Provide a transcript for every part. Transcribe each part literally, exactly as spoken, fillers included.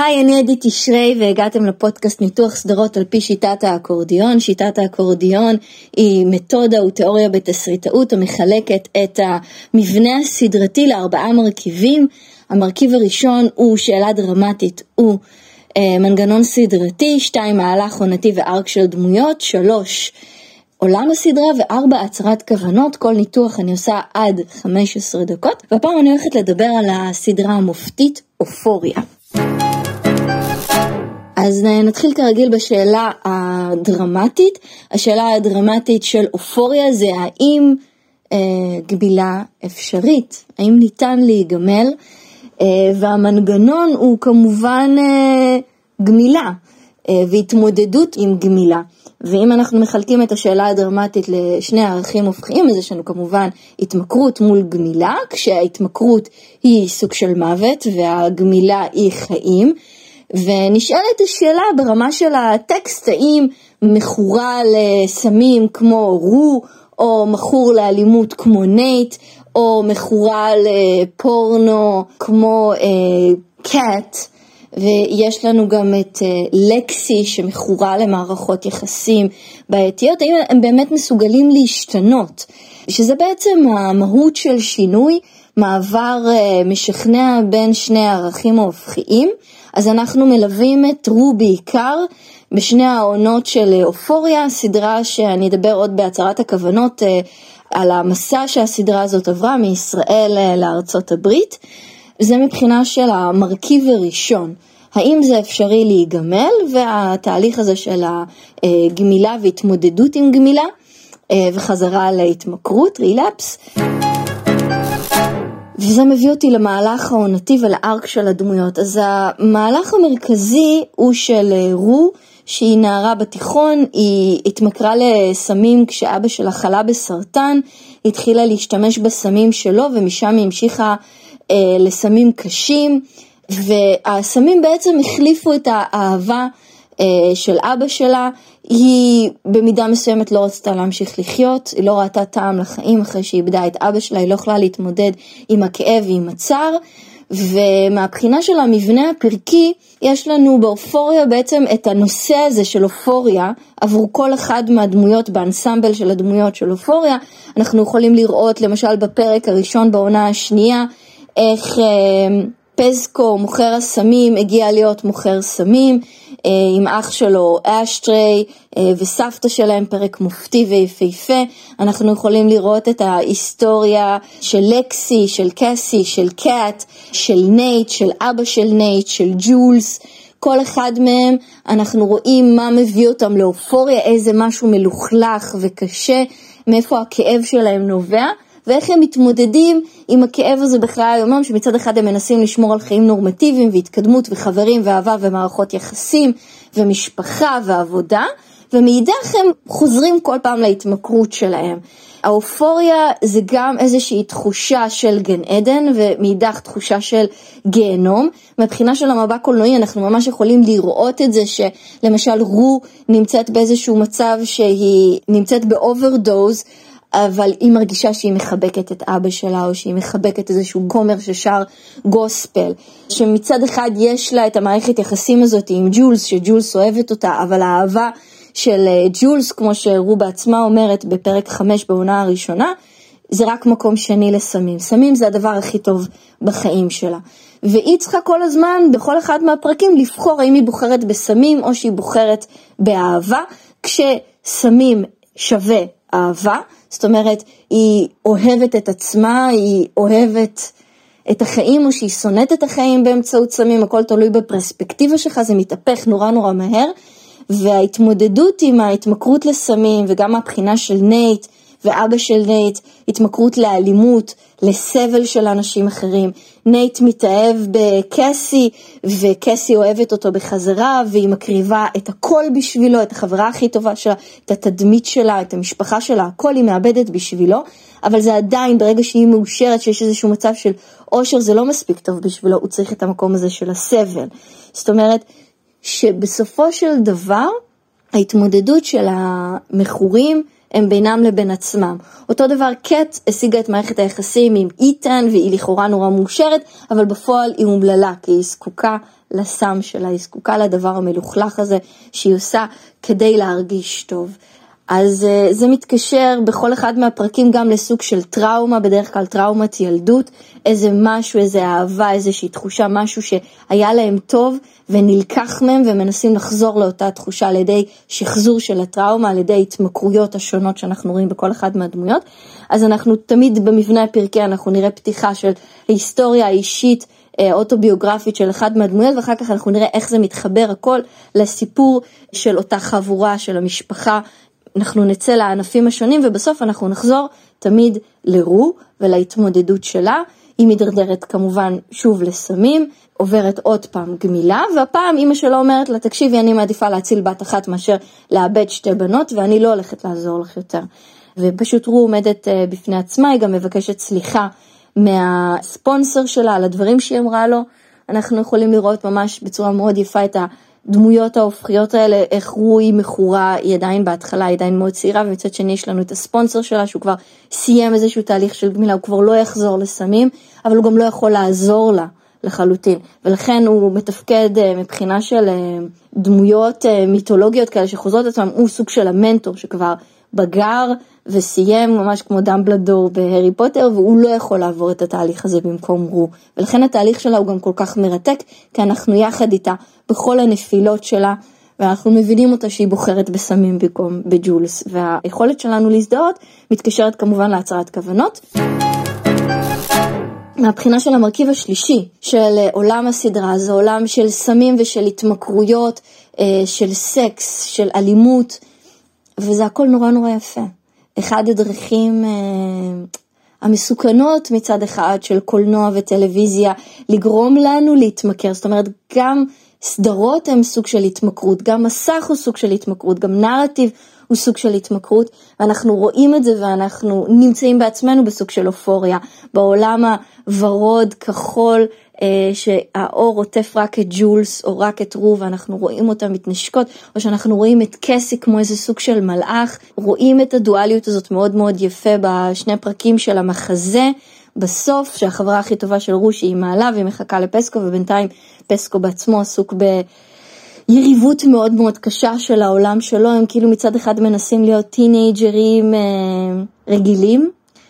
היי, אני עדי תשרי והגעתם לפודקאסט ניתוח סדרות על פי שיטת האקורדיון. שיטת האקורדיון היא מתודה ותיאוריה בתסריטאות המחלקת את המבנה הסדרתי לארבעה מרכיבים. המרכיב הראשון הוא שאלה דרמטית, הוא אה, מנגנון סדרתי, שתיים מהלך עונתי וארק של דמויות, שלוש עולם הסדרה וארבע הצהרת כוונות. כל ניתוח אני עושה עד חמש עשרה דקות, והפעם אני הולכת לדבר על הסדרה המופתית אופוריה. אז נתחיל כרגיל בשאלה הדרמטית. השאלה הדרמטית של אופוריה זה האם אה, גבילה אפשרית, האם ניתן להיגמל, אה, והמנגנון הוא כמובן אה, גמילה אה, והתמודדות עם גמילה. ואם אנחנו מחלקים את השאלה הדרמטית לשני ערכים הופכיים, אז יש לנו כמובן התמכרות מול גמילה, כשההתמכרות היא סוג של מוות והגמילה היא חיים. ונשאלת השאלה ברמה של הטקסט, האם מכורה לסמים כמו רו, או מכור לאלימות כמו נייט, או מכורה לפורנו כמו אה, קאט, ויש לנו גם את אה, לקסי שמכורה למערכות יחסים בעייתיות. האם הם באמת מסוגלים להשתנות, שזה בעצם המהות של שינוי, מעבר אה, משכנע בין שני הערכים ההופכיים. אז אנחנו מלווים את רו בעיקר בשני העונות של אופוריה, סדרה שאני אדבר עוד בהצהרת הכוונות על המסע שהסדרה הזאת עברה מישראל לארצות הברית. זה מבחינה של המרכיב הראשון, האם זה אפשרי להיגמל, והתהליך הזה של הגמילה והתמודדות עם גמילה וחזרה להתמכרות, רילאפס. וזה מביא אותי למהלך העונתי ולארק של הדמויות. אז המהלך המרכזי הוא של רו, שהיא נערה בתיכון, היא התמכרה לסמים כשאבא שלה חלה בסרטן, היא התחילה להשתמש בסמים שלו, ומשם היא המשיכה אה, לסמים קשים, והסמים בעצם החליפו את האהבה אה, של אבא שלה. היא במידה מסוימת לא רצתה להמשיך לחיות, היא לא ראתה טעם לחיים אחרי שהיא איבדה את אבא שלה, היא לא יכלה להתמודד עם הכאב ועם הצער. ומהבחינה של המבנה הפרקי, יש לנו באופוריה בעצם את הנושא הזה של אופוריה, עבור כל אחד מהדמויות באנסמבל של הדמויות של אופוריה. אנחנו יכולים לראות למשל בפרק הראשון בעונה השנייה, איך פזקו, מוכר הסמים, הגיע להיות מוכר סמים, עם אח שלו אשטרי וסבתא שלהם, פרק מופתי ויפהפה. אנחנו יכולים לראות את ההיסטוריה של לקסי, של קסי, של קאט, של נייט, של אבא של נייט, של ג'ולס. כל אחד מהם אנחנו רואים מה מביא אותם לאופוריה, איזה משהו מלוכלך וקשה, מאיפה הכאב שלהם נובע, ואיך הם מתמודדים עם הכאב הזה בחיי היום, שמצד אחד הם מנסים לשמור על חיים נורמטיביים והתקדמות וחברים ואהבה ומערכות יחסים ומשפחה ועבודה, ומאידך הם חוזרים כל פעם להתמכרות שלהם. האופוריה זה גם איזושהי תחושה של גן עדן, ומאידך תחושה של גיהנום. מבחינה של המבע קולנועי אנחנו ממש יכולים לראות את זה, שלמשל רו נמצאת באיזשהו מצב שהיא נמצאת באוברדוז, אבל היא מרגישה שהיא מחבקת את אבא שלה, או שהיא מחבקת איזשהו גומר ששר גוספל, שמצד אחד יש לה את המערכת יחסים הזאת עם ג'ולס, שג'ולס אוהבת אותה, אבל האהבה של ג'ולס, כמו שרו בעצמה אומרת בפרק חמש בעונה הראשונה, זה רק מקום שני לסמים. סמים זה הדבר הכי טוב בחיים שלה. והיא צריכה כל הזמן, בכל אחד מהפרקים, לבחור האם היא בוחרת בסמים, או שהיא בוחרת באהבה, כשסמים שווה אהבה, זאת אומרת, היא אוהבת את עצמה, היא אוהבת את החיים, או שהיא שונאת את החיים באמצעות סמים, הכל תלוי בפרספקטיבה שלך, זה מתהפך נורא נורא מהר, וההתמודדות עם ההתמכרות לסמים, וגם הבחינה של נייט, ואבא של נייט, התמכרות לאלימות, לסבל של אנשים אחרים. נייט מתאהב בקסי, וקסי אוהבת אותו בחזרה, והיא מקריבה את הכל בשבילו, את החברה הכי טובה שלה, את התדמית שלה, את המשפחה שלה, הכל היא מאבדת בשבילו, אבל זה עדיין ברגע שהיא מאושרת, שיש איזשהו מצב של אושר, זה לא מספיק טוב בשבילו, הוא צריך את המקום הזה של הסבל. זאת אומרת, שבסופו של דבר, ההתמודדות של המכורים, הם בינם לבין עצמם. אותו דבר, קט השיגה את מערכת היחסים עם איתן, והיא לכאורה נורא מאושרת, אבל בפועל היא אומללה, כי היא זקוקה לסם שלה, היא זקוקה לדבר המלוכלך הזה שהיא עושה כדי להרגיש טוב. אז זה מתקשר בכל אחד מהפרקים גם לסוג של טראומה, בדרך כלל טראומת ילדות, איזה משהו, איזה אהבה, איזושהי תחושה, משהו שהיה להם טוב ונלקח מהם ומנסים לחזור לאותה תחושה על ידי שחזור של הטראומה, על ידי התמכרויות השונות שאנחנו רואים בכל אחד מהדמויות. אז אנחנו תמיד במבנה הפרקי אנחנו נראה פתיחה של ההיסטוריה האישית, אוטוביוגרפית של אחד מהדמויות, ואחר כך אנחנו נראה איך זה מתחבר הכל לסיפור של אותה חבורה של המשפחה. אנחנו נצא לענפים השונים ובסוף אנחנו נחזור תמיד לרו ולהתמודדות שלה. היא מדרדרת כמובן שוב לסמים, עוברת עוד פעם גמילה, והפעם אמא שלה אומרת לה, תקשיבי, אני מעדיפה להציל בת אחת מאשר לאבד שתי בנות, ואני לא הולכת לעזור לך יותר. ופשוט רו עומדת בפני עצמה, היא גם מבקשת סליחה מהספונסר שלה על הדברים שהיא אמרה לו. אנחנו יכולים לראות ממש בצורה מאוד יפה את הדמויות ההופכיות האלה, איך רו היא מכורה, היא עדיין בהתחלה, היא עדיין מאוד צעירה, ומצד שני יש לנו את הספונסר שלה, שהוא כבר סיים איזשהו תהליך של גמילה, הוא כבר לא יחזור לסמים, אבל הוא גם לא יכול לעזור לה לחלוטין, ולכן הוא מתפקד מבחינה של דמויות מיתולוגיות כאלה שחוזרות עצמם, הוא סוג של המנטור שכבר בגר וסיים ממש כמו דמבלדור בהרי פוטר, והוא לא יכול לעבור את התהליך הזה במקום רו, ולכן התהליך שלה הוא גם כל כך מרתק, כי אנחנו יחד איתה בכל הנפילות שלה, ואנחנו מבינים אותה שהיא בוחרת בסמים במקום בג'ולס, והיכולת שלנו להזדהות מתקשרת כמובן להצהרת כוונות. מהבחינה של המרכיב השלישי של עולם הסדרה, זה עולם של סמים ושל התמכרויות, של סקס, של אלימות, וזה הכל נורא נורא יפה. אחד הדרכים המסוכנות מצד אחד של קולנוע וטלוויזיה, לגרום לנו להתמכר, זאת אומרת גם סדרות הם סוג של התמכרות, גם מסך הוא סוג של התמכרות, גם נרטיב הוא סוג של התמכרות, ואנחנו רואים את זה ואנחנו נמצאים בעצמנו בסוג של אופוריה, בעולם הוורוד, כחול, שהאור עוטף רק את ג'ולס או רק את רו, ואנחנו רואים אותם מתנשקות, או שאנחנו רואים את קסי כמו איזה סוג של מלאך, רואים את הדואליות הזאת מאוד מאוד יפה בשני פרקים של המחזה, בסוף שהחברה הכי טובה של רו שהיא מעלה והיא מחכה לפסקו, ובינתיים פסקו בעצמו עסוק ביריבות מאוד מאוד קשה של העולם שלו, הם כאילו מצד אחד מנסים להיות טינאג'רים רגילים,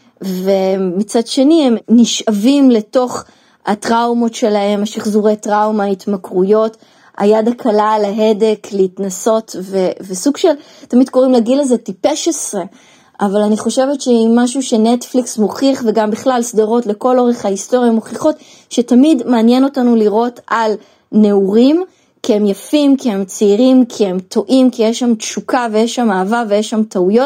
ומצד שני הם נשאבים לתוך הטראומות שלהם, השחזורי טראומה, התמכרויות, היד הקלה על ההדק, להתנסות, ו- וסוג של, תמיד קוראים לגיל הזה טיפש עשרה, אבל אני חושבת שהיא משהו שנטפליקס מוכיח, וגם בכלל סדרות לכל אורך ההיסטוריה מוכיחות, שתמיד מעניין אותנו לראות על נעורים, כי הם יפים, כי הם צעירים, כי הם טועים, כי יש שם תשוקה, ויש שם אהבה, ויש שם טעויות,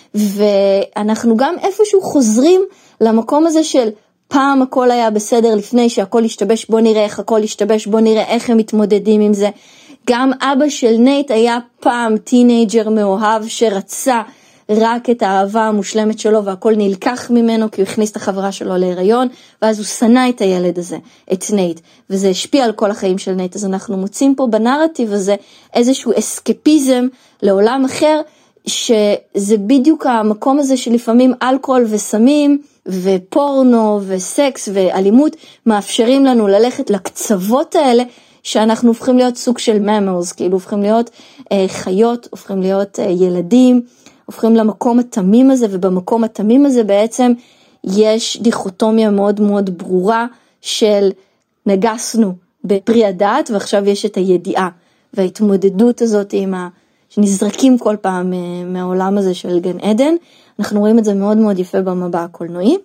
ואנחנו גם איפשהו חוזרים למקום הזה של, פעם הכל היה בסדר לפני שהכל השתבש, בוא נראה איך הכל השתבש, בוא נראה איך הם מתמודדים עם זה. גם אבא של נייט היה פעם טינאג'ר מאוהב שרצה רק את האהבה המושלמת שלו, והכל נלקח ממנו כי הוא הכניס את החברה שלו להיריון, ואז הוא שנא את הילד הזה, את נייט, וזה השפיע על כל החיים של נייט. אז אנחנו מוצאים פה בנרטיב הזה איזשהו אסקפיזם לעולם אחר, שזה בדיוק המקום הזה שלפעמים אלכוהול וסמים ופורנו וסקס ואלימות מאפשרים לנו ללכת לקצוות האלה, שאנחנו הופכים להיות סוג של ממורס, כאילו הופכים להיות אה, חיות, הופכים להיות אה, ילדים, הופכים למקום התמים הזה, ובמקום התמים הזה בעצם יש דיכוטומיה מאוד מאוד ברורה של נגסנו בפרי הדעת, ועכשיו יש את הידיעה, וההתמודדות הזאת עם ה... שנזרקים כל פעם מהעולם הזה של גן עדן. אנחנו רואים את זה מאוד מאוד יפה במבע הקולנועי.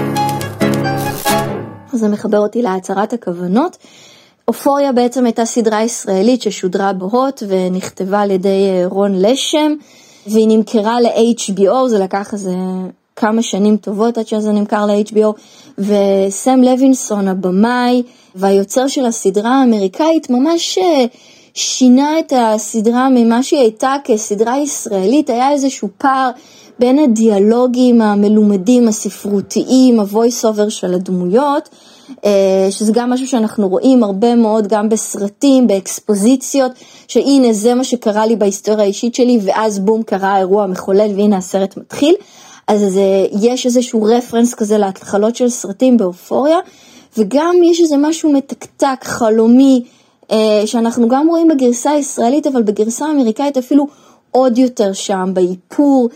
אז זה מחבר אותי להצהרת הכוונות. אופוריה בעצם הייתה סדרה ישראלית ששודרה בהוט ונכתבה על ידי רון לשם, והיא נמכרה ל-אייץ' בי או, זה לקח איזה כמה שנים טובות עד שזה נמכר ל-אייץ' בי או, וסם לוינסון הבמאי והיוצר של הסדרה האמריקאית ממש שינה את הסדרה ממה שהיא הייתה כסדרה ישראלית. היה איזשהו פער בין הדיאלוגים המלומדים, הספרותיים, הוויס אובר של הדמויות, שזה גם משהו שאנחנו רואים הרבה מאוד גם בסרטים, באקספוזיציות, שהנה זה מה שקרה לי בהיסטוריה האישית שלי, ואז בום קרה האירוע מחולל והנה הסרט מתחיל. אז יש איזשהו רפרנס כזה להתחלות של סרטים באופוריה, וגם יש איזה משהו מתקתק, חלומי, שאנחנו גם רואים בגרסה הישראלית, אבל בגרסה האמריקאית אפילו עוד יותר שם, באיפור,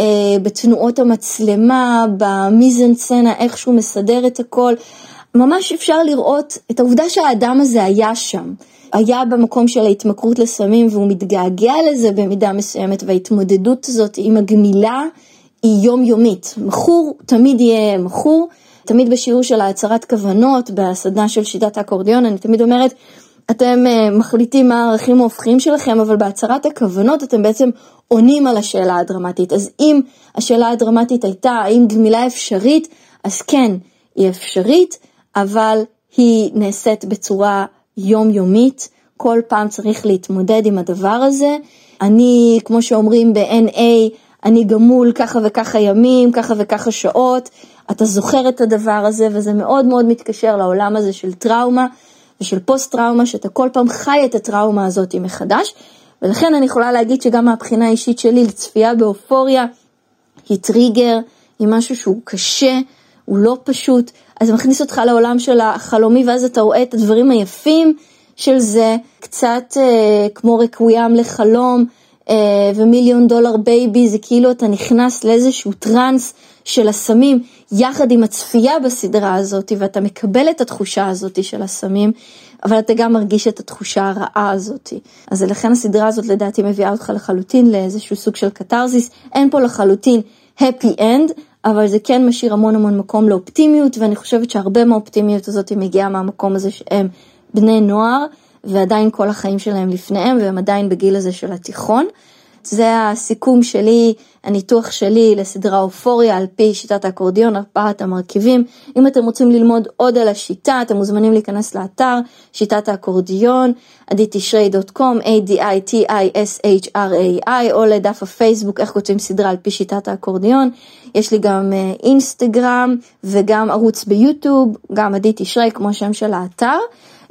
בתנועות המצלמה, במיזן סצנה, איך שהוא מסדר את הכל. ממש אפשר לראות את העובדה שהאדם הזה היה שם. היה במקום של ההתמכרות לסמים, והוא מתגעגע לזה במידה מסוימת, וההתמודדות הזאת עם הגמילה היא יומיומית. מכור תמיד יהיה מכור, תמיד בשיעור של ההצהרת כוונות, בסדנה של שיטת האקורדיון, אני תמיד אומרת, אתם מחליטים מה הערכים ההופכים שלכם, אבל בהצהרת הכוונות אתם בעצם עונים על השאלה הדרמטית. אז אם השאלה הדרמטית הייתה, האם גמילה אפשרית, אז כן, היא אפשרית, אבל היא נעשית בצורה יומיומית, כל פעם צריך להתמודד עם הדבר הזה. אני, כמו שאומרים ב-אן איי, אני גמול ככה וככה ימים, ככה וככה שעות, אתה זוכר את הדבר הזה, וזה מאוד מאוד מתקשר לעולם הזה של טראומה, ושל פוסט טראומה, שאתה כל פעם חי את הטראומה הזאת מחדש, ולכן אני יכולה להגיד שגם מהבחינה האישית שלי, לצפייה באופוריה, היא טריגר, היא משהו שהוא קשה, הוא לא פשוט, אז זה מכניס אותך לעולם של החלומי, ואז אתה רואה את הדברים היפים של זה, קצת אה, כמו רקוויאם לחלום, אה, ומיליון דולר בייבי, זה כאילו אתה נכנס לאיזשהו טרנס של הסמים, יחד עם הצפייה בסדרה הזאת, ואתה מקבל את התחושה הזאת של הסמים, אבל אתה גם מרגיש את התחושה הרעה הזאת. אז לכן הסדרה הזאת לדעתי מביאה אותך לחלוטין לאיזשהו סוג של קטרזיס, אין פה לחלוטין happy end, אבל זה כן משאיר המון המון מקום לאופטימיות, ואני חושבת שהרבה מהאופטימיות הזאת מגיעה מהמקום הזה שהם בני נוער, ועדיין כל החיים שלהם לפניהם, והם עדיין בגיל הזה של התיכון. זה הסיכום שלי, הניתוח שלי לסדרה אופוריה על פי שיטת האקורדיון, ארבעת המרכיבים. אם אתם רוצים ללמוד עוד על השיטה, אתם מוזמנים להיכנס לאתר שיטת האקורדיון, עדית תשרי דוט קום, איי די איי טי איי אס אייץ' אר איי איי, או לדף הפייסבוק, איך כותבים סדרה על פי שיטת האקורדיון. יש לי גם אינסטגרם וגם ערוץ ביוטיוב, גם עדית תשרי כמו שם של האתר.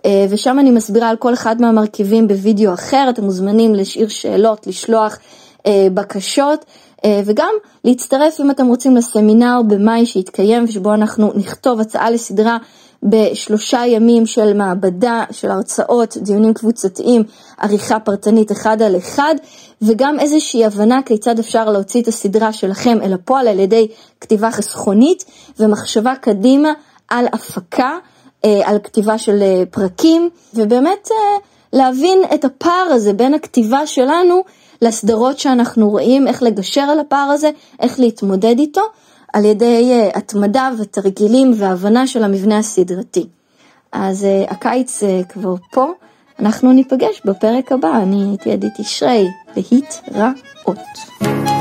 ושם אני מסבירה על כל אחד מהמרכיבים בווידאו אחר, אתם מוזמנים לשאיר שאלות, לשלוח בקשות, וגם להצטרף אם אתם רוצים לסמינר במאי שיתקיים, ושבו אנחנו נכתוב הצעה לסדרה בשלושה ימים של מעבדה, של הרצאות, דיונים קבוצתיים, עריכה פרטנית אחד על אחד, וגם איזושהי הבנה כיצד אפשר להוציא את הסדרה שלכם אל הפועל על ידי כתיבה חסכונית ומחשבה קדימה על הפקה, על כתיבה של פרקים, ובאמת להבין את הפער הזה בין הכתיבה שלנו לסדרות שאנחנו רואים, איך לגשר על הפער הזה, איך להתמודד איתו, על ידי התמדה ותרגילים והבנה של המבנה הסדרתי. אז הקיץ כבר פה, אנחנו ניפגש בפרק הבא, אני הייתי עדית תשרי, להתראות.